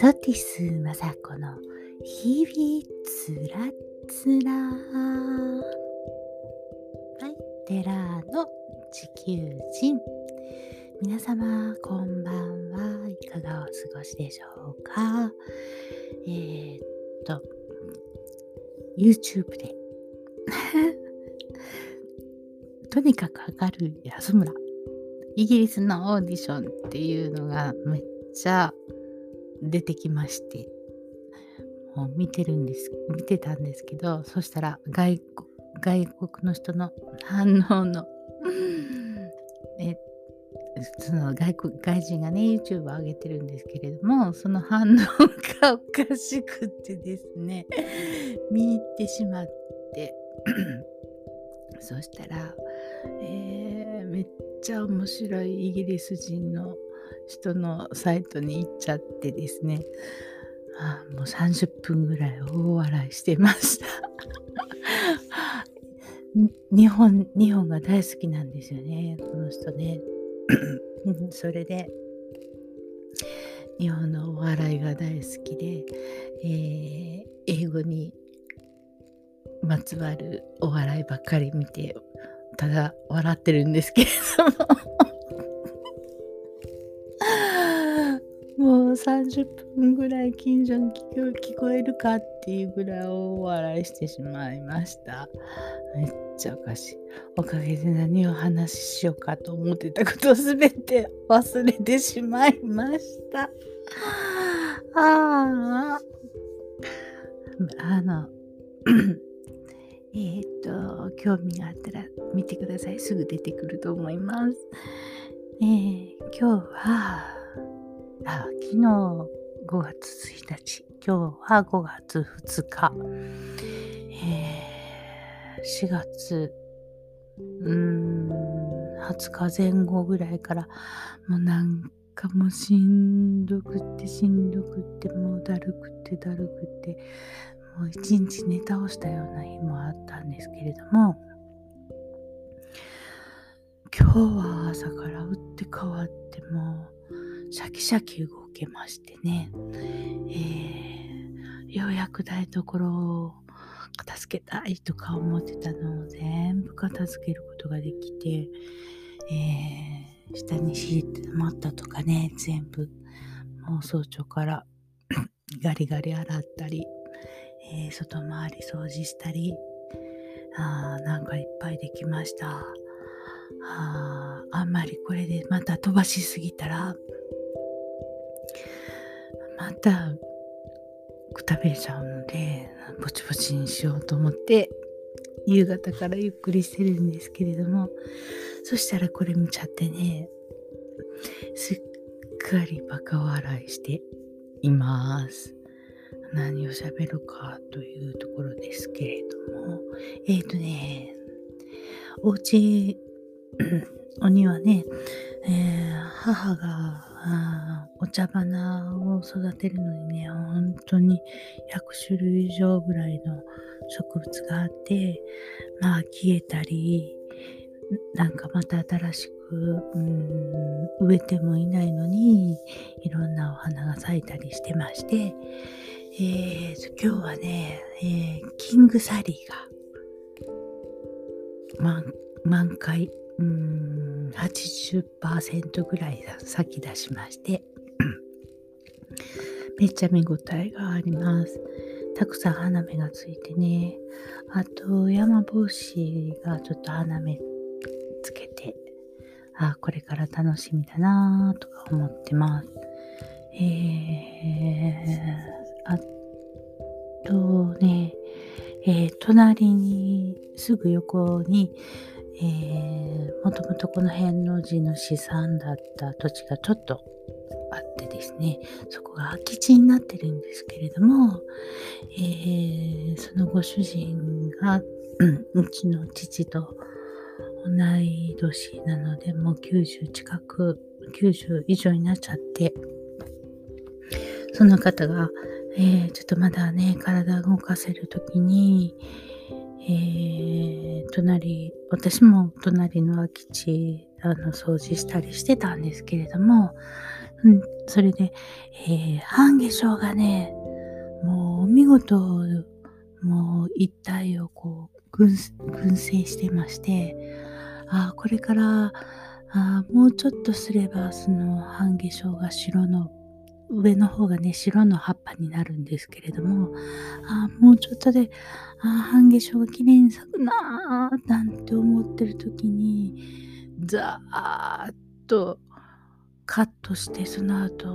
ソティスマサコの日々つらつら。はい、テラの地球人、皆様こんばんは。いかがお過ごしでしょうか。YouTube でとにかく明るい安村、イギリスのオーディションっていうのがめっちゃ出てきまして、もう見てたんですけど、そしたら外国の人の反応のその外人がね YouTube を上げてるんですけれども、その反応がおかしくってですね見入ってしまってそしたら、めっちゃ面白いイギリス人の人のサイトに行っちゃってですね、もう30分ぐらい大笑いしてました日本が大好きなんですよね、この人ねそれで日本のお笑いが大好きで、英語にまつわるお笑いばっかり見てただ笑ってるんですけれどももう30分ぐらい近所に聞こえるかっていうぐらい大笑いしてしまいました。めっちゃおかしい。おかげで何を話しようかと思ってたことをすべて忘れてしまいました興味があったら見てください。すぐ出てくると思います。今日は昨日5月1日、今日は5月2日、4月20日前後ぐらいからもうなんかもうしんどくってもうだるくってもう一日寝倒したような日もあったんですけれども、今日は朝から打って変わってもうシャキシャキ動けましてね、ようやく台所を片付けたいとか思ってたのを全部片付けることができて、下に敷いてたマットとかね、全部もう早朝からガリガリ洗ったり、外回り掃除したり、なんかいっぱいできました。あんまりこれでまた飛ばしすぎたらまたくたびれちゃうので、ぼちぼちにしようと思って夕方からゆっくりしてるんですけれども、そしたらこれ見ちゃってね、すっかりバカ笑いしています。何を喋るかというところですけれども、お家お庭ね、母がお茶花を育てるのにね、本当に100種類以上ぐらいの植物があって、消えたり、なんかまた新しく植えてもいないのにいろんなお花が咲いたりしてまして、今日はね、キングサリーが満開80% ぐらい咲き出しましてめっちゃ見応えがあります。たくさん花芽がついてね、あと山帽子がちょっと花芽つけて、これから楽しみだなとか思ってます。あとね、隣にすぐ横にもともとこの辺の地主さんだった土地がちょっとあってですね、そこが空き地になってるんですけれども、そのご主人がうちの父と同い年なので、もう90以上になっちゃって、その方が、ちょっとまだね体動かせるときに、私も隣の空き地掃除したりしてたんですけれども、 それで、半化粧がね、もうお見事、もう一体をこう、群生してまして、これから、もうちょっとすれば、その半化粧が白の上の方がね、白の葉っぱになるんですけれども、もうちょっとで、半化粧が綺麗に咲くななんて思ってる時に、ザーッとカットして、その後、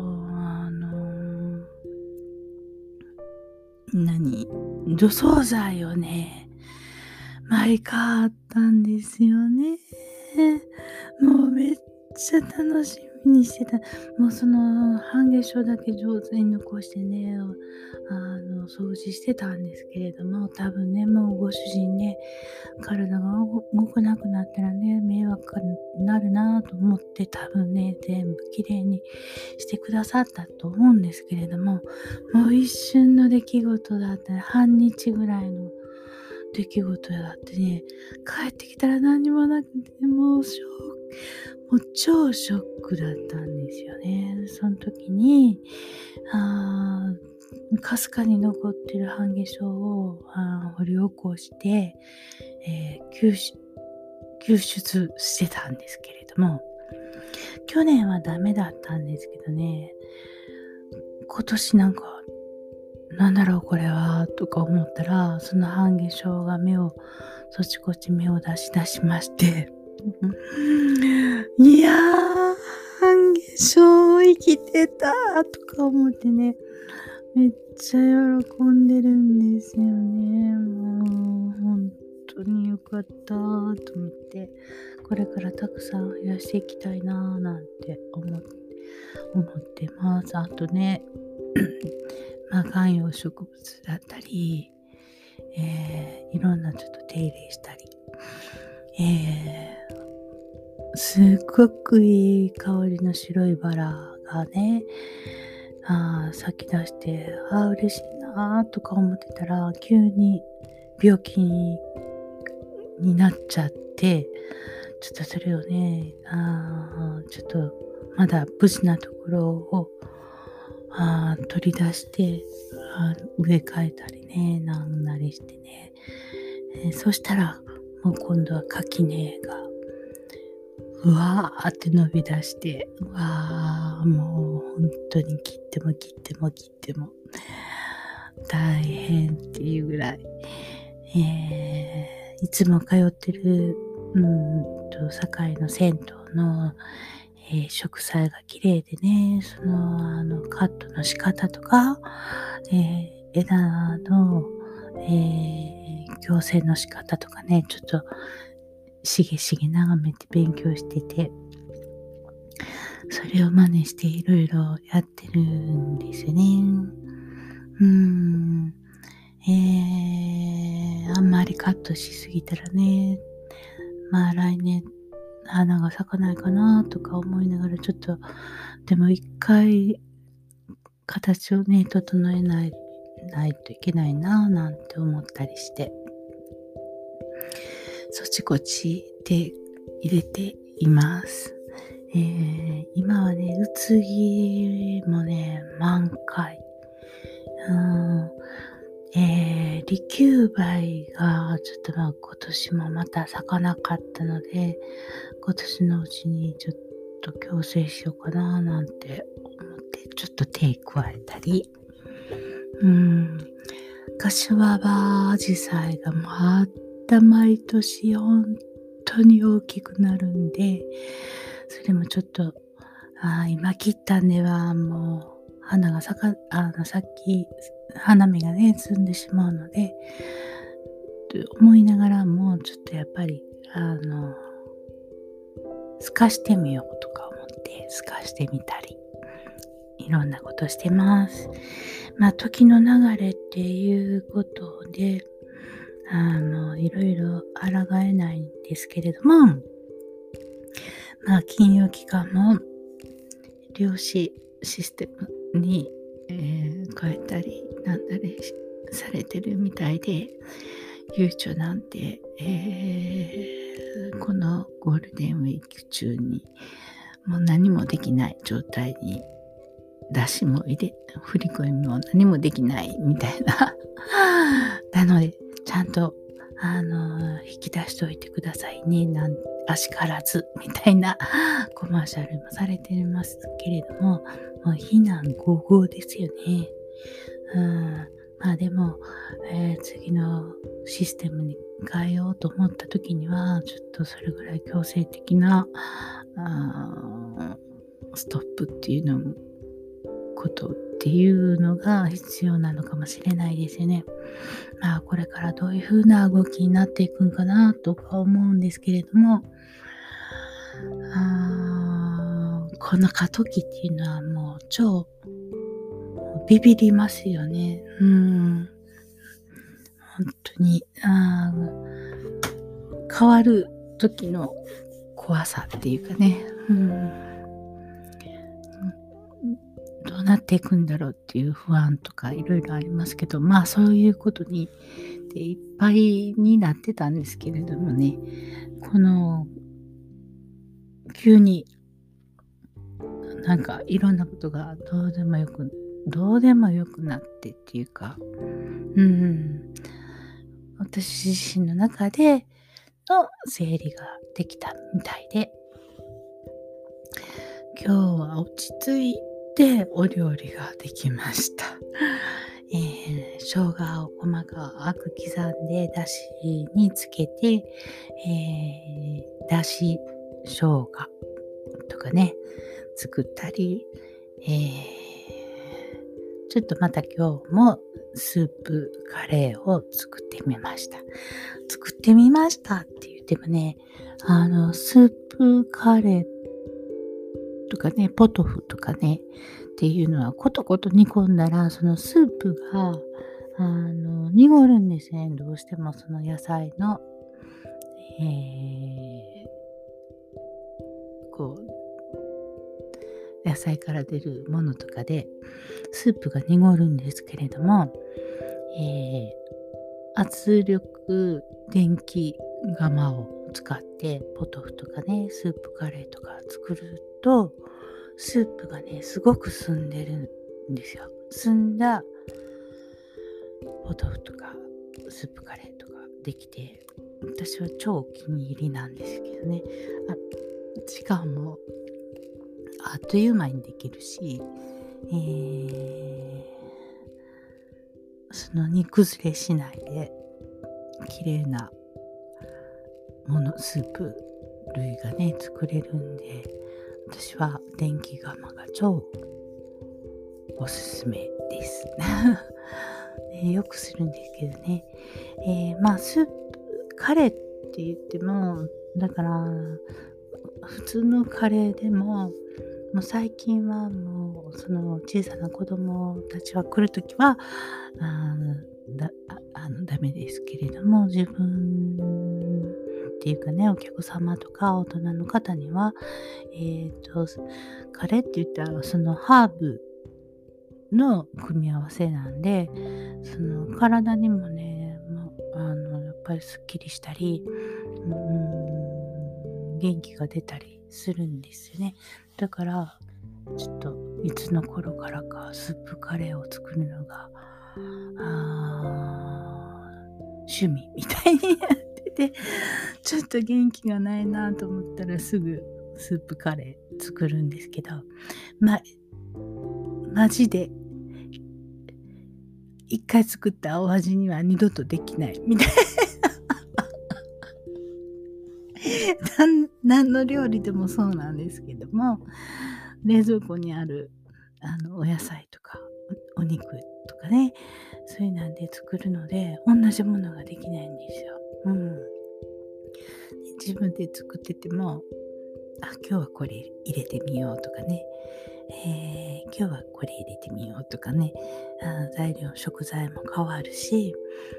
除草剤をね、毎回あったんですよね。もうめっちゃ楽しみにしてた。もうその半化粧だけ上手に残してね、掃除してたんですけれども、多分ね、もうご主人ね、体が動かなくなったらね、迷惑になるなと思って、多分ね、全部きれいにしてくださったと思うんですけれども、もう一瞬の出来事だったね、半日ぐらいの出来事だってね、帰ってきたら何もなくて、もう超ショックだったんですよね。その時に、かすかに残ってる半化粧を掘り起こして、救出してたんですけれども、去年はダメだったんですけどね、今年なんだろうこれはとか思ったら、その半化粧がそっちこっち目を出しまして、いやー、半化粧生きてたとか思ってね、めっちゃ喜んでるんですよね。もう本当によかったと思って、これからたくさん増やしていきたいなーなんて思ってます。あとね、観葉植物だったり、いろんなちょっと手入れしたり、すっごくいい香りの白いバラがね、咲き出して、嬉しいなとか思ってたら、急に病気になっちゃって、ちょっとそれをね、ちょっとまだ無事なところを取り出して、植え替えたりね、なんなりしてね。そしたら、もう今度は垣根が、うわーって伸び出して、もう本当に切っても大変っていうぐらい、いつも通ってる、堺の銭湯の、植栽が綺麗でね、カットの仕方とか、枝の、矯正の仕方とかね、ちょっとしげしげ眺めて勉強してて、それを真似していろいろやってるんですよね。あんまりカットしすぎたらね、来年花が咲かないかなとか思いながら、ちょっとでも一回形をね整えないといけないななんて思ったりして、そっちこっちで入れています。今はね、うつぎもね満開、利休梅がちょっと今年もまた咲かなかったので、今年のうちにちょっと矯正しようかななんて思ってちょっと手加えたり、柏葉アジサイがまた毎年本当に大きくなるんで、それもちょっと今切ったんではもう花が花芽がね摘んでしまうのでと思いながらも、ちょっとやっぱり透かしてみようとか思って透かしてみたり、いろんなことしてます。時の流れっていうことでいろいろ抗えないんですけれども、金融機関も量子システムに、変えたりなんだりされてるみたいで、ゆうちょなんて、このゴールデンウィーク中にもう何もできない状態に出しも振り込みも何もできないみたいな。なので、ちゃんと、引き出しておいてくださいね。あしからず、みたいなコマーシャルもされてますけれども、もう非難合々ですよね。まあでも、次のシステムに変えようと思った時には、ちょっとそれぐらい強制的な、ストップっていうことっていうのが必要なのかもしれないですよね。まあこれからどういう風な動きになっていくんかなとか思うんですけれども、この過渡期っていうのはもう超ビビりますよね。本当に、変わる時の怖さっていうかね、どうなっていくんだろうっていう不安とかいろいろありますけど、まあそういうことでいっぱいになってたんですけれどもね、この急になんかいろんなことがどうでもよくなってっていうか、私自身の中での整理ができたみたいで、今日は落ち着いてお料理ができました。生姜を細かく刻んでだしにつけて、だし生姜とかね、作ったり、ちょっとまた今日もスープカレーを作ってみました。作ってみましたって言ってもね、スープカレーとかね、ポトフとかね、っていうのはコトコト煮込んだら、そのスープが、濁るんですね。どうしてもその野菜の、こう、野菜から出るものとかで、スープが濁るんですけれども、圧力電気釜を使ってポトフとかね、スープカレーとか作ると、スープがね、すごく澄んでるんですよ。澄んだポトフとかスープカレーとかできて、私は超お気に入りなんですけどね。しかも、あっという間にできるし、その煮崩れしないで、綺麗なスープ類がね、作れるんで、私は電気釜が超おすすめです。よくするんですけどね。まあ、スープカレーって言っても、だから、普通のカレーでも、もう最近はもう、その小さな子供たちが来るときは、ダメですけれども、自分っていうかね、お客様とか大人の方には、カレーって言ったら、そのハーブの組み合わせなんで、その体にもね、やっぱりすっきりしたり、元気が出たりするんですよね。だから、ちょっといつの頃からかスープカレーを作るのが、趣味みたいになってて、ちょっと元気がないなと思ったらすぐスープカレー作るんですけど、マジで一回作ったお味には二度とできないみたいな。何の料理でもそうなんですけども、冷蔵庫にあるお野菜とかお肉とかね、そういうなんで作るので同じものができないんですよ。自分で作ってても、今日はこれ入れてみようとかね、今日はこれ入れてみようとかね、食材も変わるし、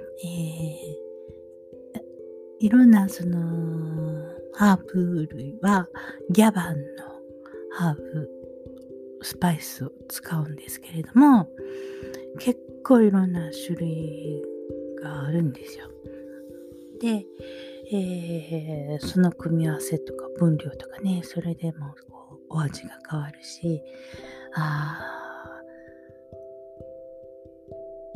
いろんなそのハーブ類はギャバンのハーブスパイスを使うんですけれども、結構いろんな種類があるんですよ。で、その組み合わせとか分量とかね、それでもこうお味が変わるし、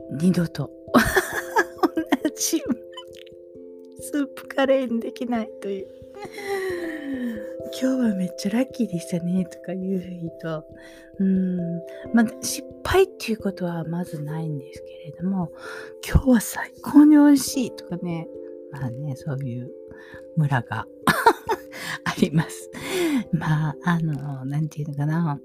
二度と同じスープカレーにできないという。今日はめっちゃラッキーでしたねとか言う人、失敗っていうことはまずないんですけれども、今日は最高に美味しいとかね、そういう村があります。なんていうのかな。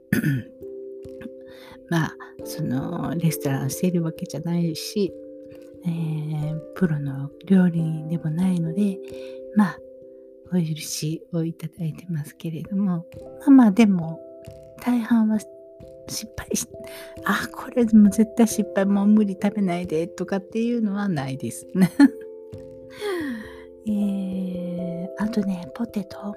レストランしているわけじゃないし、プロの料理人でもないので、お許しをいただいてますけれども、でも、大半は失敗し、これも絶対失敗、もう無理食べないでとかっていうのはないですね。あとね、ポテト。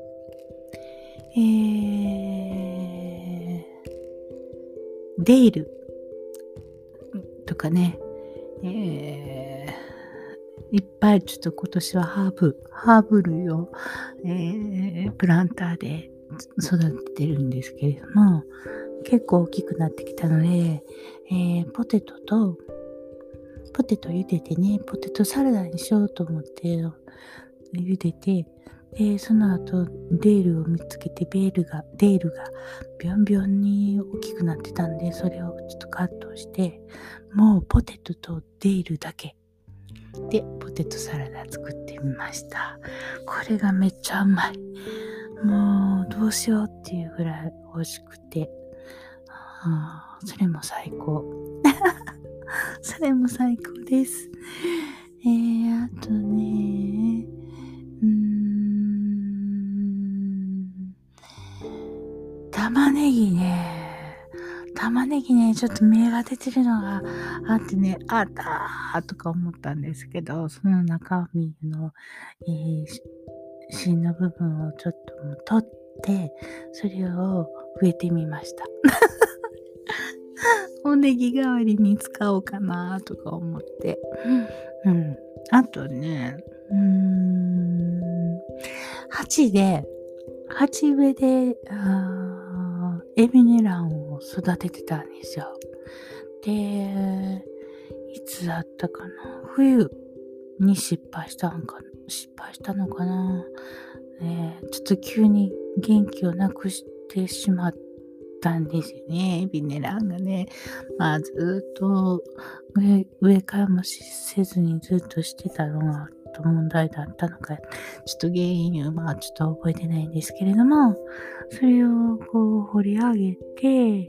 デイルとかね、いっぱいちょっと今年はハーブ類を、プランターで育ててるんですけれども、結構大きくなってきたので、ポテト茹でてね、ポテトサラダにしようと思って茹でて、その後デールを見つけてデールがビョンビョンに大きくなってたんで、それをちょっとカットして、もうポテトとデールだけでポテトサラダ作ってみました。これがめっちゃうまい。もうどうしようっていうぐらい美味しくて、それも最高。それも最高です。あとね、玉ねぎね、ちょっと芽が出てるのがあってね、あったーとか思ったんですけど、その中身の、芯の部分をちょっともう取って、それを植えてみました。おネギ代わりに使おうかなとか思って。あとね、鉢植えで、エビネランを育ててたんですよ。で、いつだったかな、冬に失敗したのかな、ちょっと急に元気をなくしてしまったんですよね、エビネランがね。ずっと植え替えもせずにずっとしてたのが問題だったのか、ちょっと原因はちょっと覚えてないんですけれども、それをこう掘り上げて、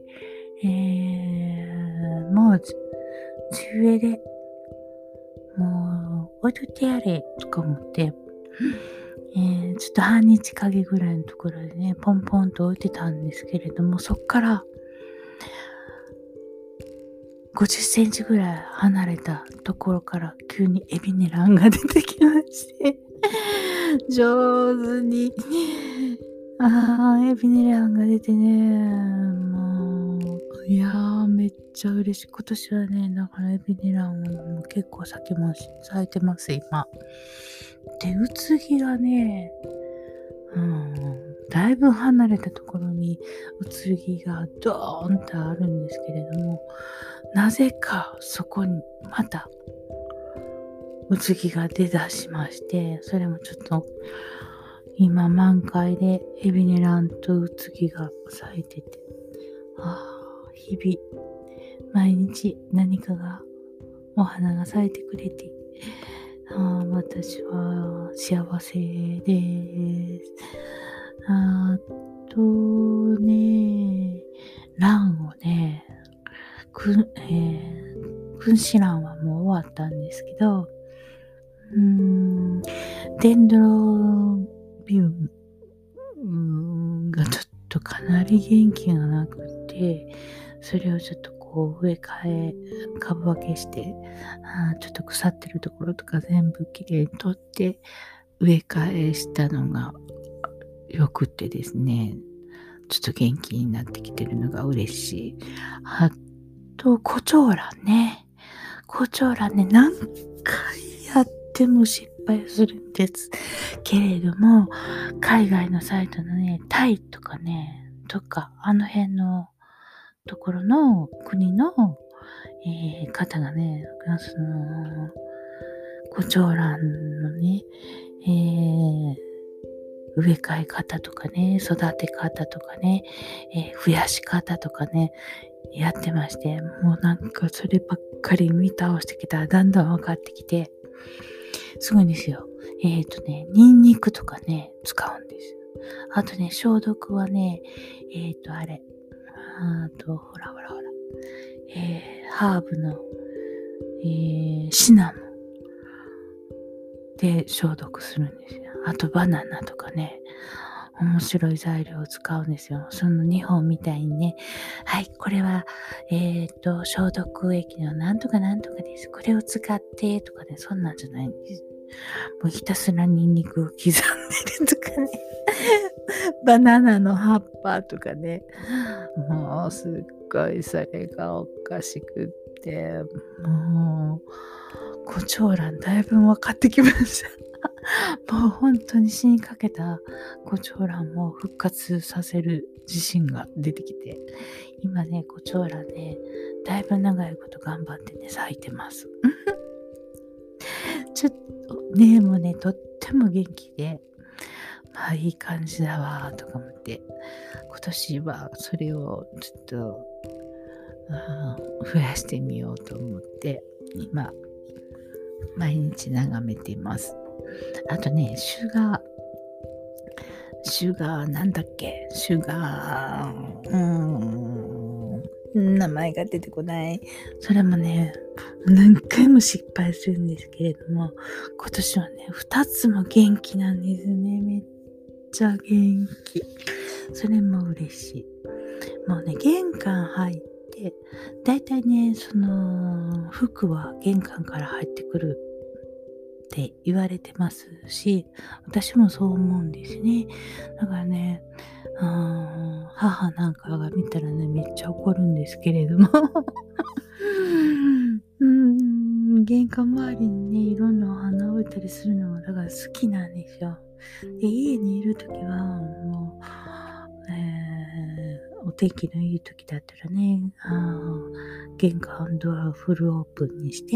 もう地植えでもう置いといてやれとか思って、ちょっと半日陰ぐらいのところでね、ポンポンと置いてたんですけれども、そっから50センチぐらい離れたところから急にエビネランが出てきまして、上手に、エビネランが出てね、めっちゃ嬉しい。今年はね、だからエビネランも結構咲いてます、今。で、うつぎがね、だいぶ離れたところにうつぎがドーンとあるんですけれども、なぜかそこにまたうつぎが出だしまして、それもちょっと今満開でエビネランとうつぎが咲いてて、日々毎日何かがお花が咲いてくれて、私は幸せです。あとね、蘭をね、君子蘭はもう終わったんですけど、デンドロビウムがちょっとかなり元気がなくて、それをちょっとこう株分けして、ちょっと腐ってるところとか全部きれいに取って植え替えしたのがよくってですね、ちょっと元気になってきてるのが嬉しい。あと、コチョウランね、何回やっても失敗するんですけれども、海外のサイトのね、タイとかね、あの辺のところの国の、 方がね、胡蝶蘭のね、植え替え方とかね、育て方とかね、増やし方とかね、やってまして、もうなんかそればっかり見倒してきたらだんだん分かってきて、すごいんですよ。ニンニクとかね、使うんですよ。あとね、消毒はね、あれ、ほら、ハーブの、シナモンで消毒するんですよ。あとバナナとかね、面白い材料を使うんですよ。その2本みたいにね、はい、これは、消毒液のなんとかなんとかです。これを使ってとかね、そんなんじゃないんです。もうひたすらニンニクを刻んでるとかね、バナナの葉っぱとかね、もうすっごいそれがおかしくって、もう、胡蝶蘭だいぶ分かってきました。もう本当に死にかけた胡蝶蘭も復活させる自信が出てきて、今ね、胡蝶蘭ね、だいぶ長いこと頑張ってね、咲いてます。ちょっとね、もうね、とっても元気で、まあいい感じだわとか思って、今年はそれをちょっと、増やしてみようと思って、今、毎日眺めています。あとね、なんだっけ、名前が出てこない。それもね、何回も失敗するんですけれども、今年はね、2つも元気なんですね。めっちゃ元気。それも嬉しい。もうね、玄関入って、だいたいね、服は玄関から入ってくるって言われてますし、私もそう思うんですね。だからね、母なんかが見たらね、めっちゃ怒るんですけれども玄関周りにね、いろんなお花を置いたりするのがだから好きなんですよ。で、家にいるときはもう、お天気のいい時だったらね、玄関ドアをフルオープンにして、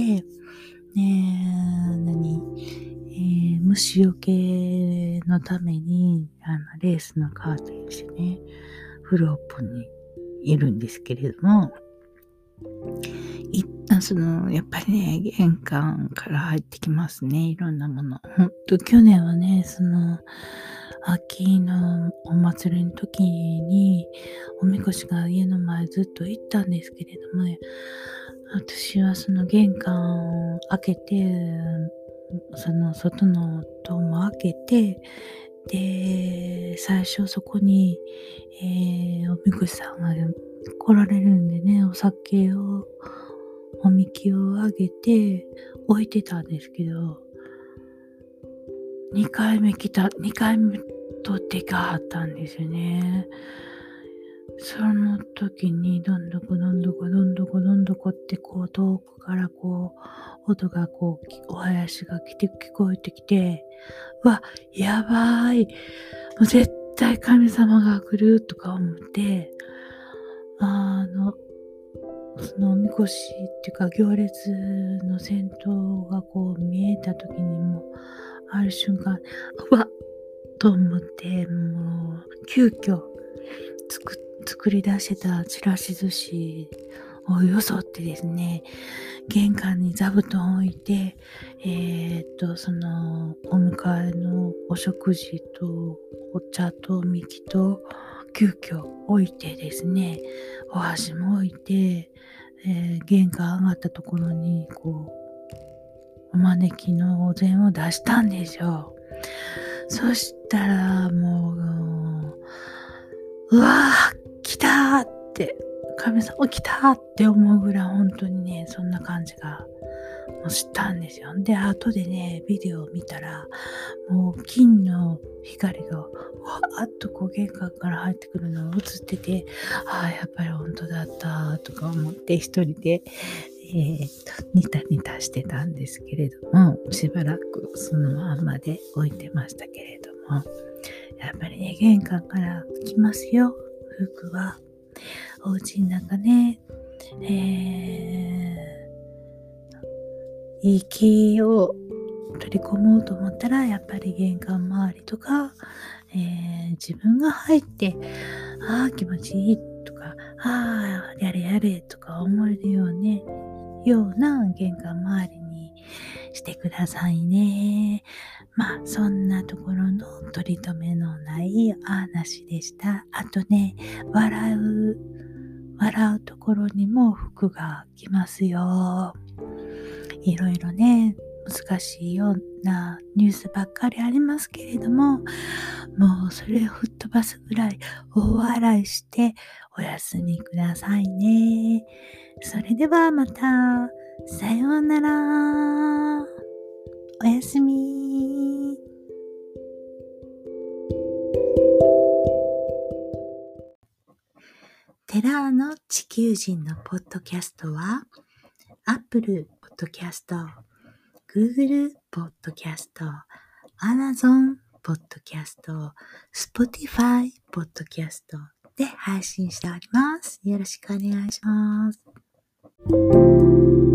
虫除けのために、レースのカーテンしてね、フルオープンにいるんですけれども、一旦やっぱりね、玄関から入ってきますね、いろんなもの。ほんと、去年はね、秋のお祭りの時に、おみこしが家の前ずっと行ったんですけれどもね、私は玄関を開けて、外の戸も開けて、で、最初そこに、おみこしさんが来られるんでね、おみきをあげて置いてたんですけど、2回目取ってかはったんですよね。その時にどんどこって遠くから音がお囃子が聞こえてきて、うわ、やばい。もう絶対神様が来るとか思って、おみこしっていうか行列の先頭が見えた時にも、ある瞬間、うわっと思って、もう急遽作り出してたちらし寿司をよそってですね、玄関に座布団を置いて、お迎えのお食事とお茶とみきと急遽置いてですね、お箸も置いて、玄関上がったところにお招きのお膳を出したんですよ。そしたらもうわー来たーって、神様来たーって思うぐらい本当にね、そんな感じがしたんですよ。で、後でね、ビデオを見たら、もう金の光がわーっと玄関から入ってくるのが映ってて、やっぱり本当だったとか思って一人で、ニタニタしてたんですけれども、しばらくそのまんまで置いてましたけれども、やっぱりね、玄関から来ますよ、服は。お家の中ね、 いい気を取り込もうと思ったら、やっぱり玄関周りとか、自分が入って、気持ちいいとか、やれやれとか思えるような玄関周りにしてくださいね。そんなところの取り留めのない話でした。あとね、笑うところにも福が来ますよ。いろいろね、難しいようなニュースばっかりありますけれども、もうそれを吹っ飛ばすぐらい大笑いしてお休みくださいね。それではまた。さようなら。おやすみ。テラーの地球人のポッドキャストは、Apple Podcast、Google Podcast、Amazon Podcast、Spotify Podcast で配信しております。よろしくお願いします。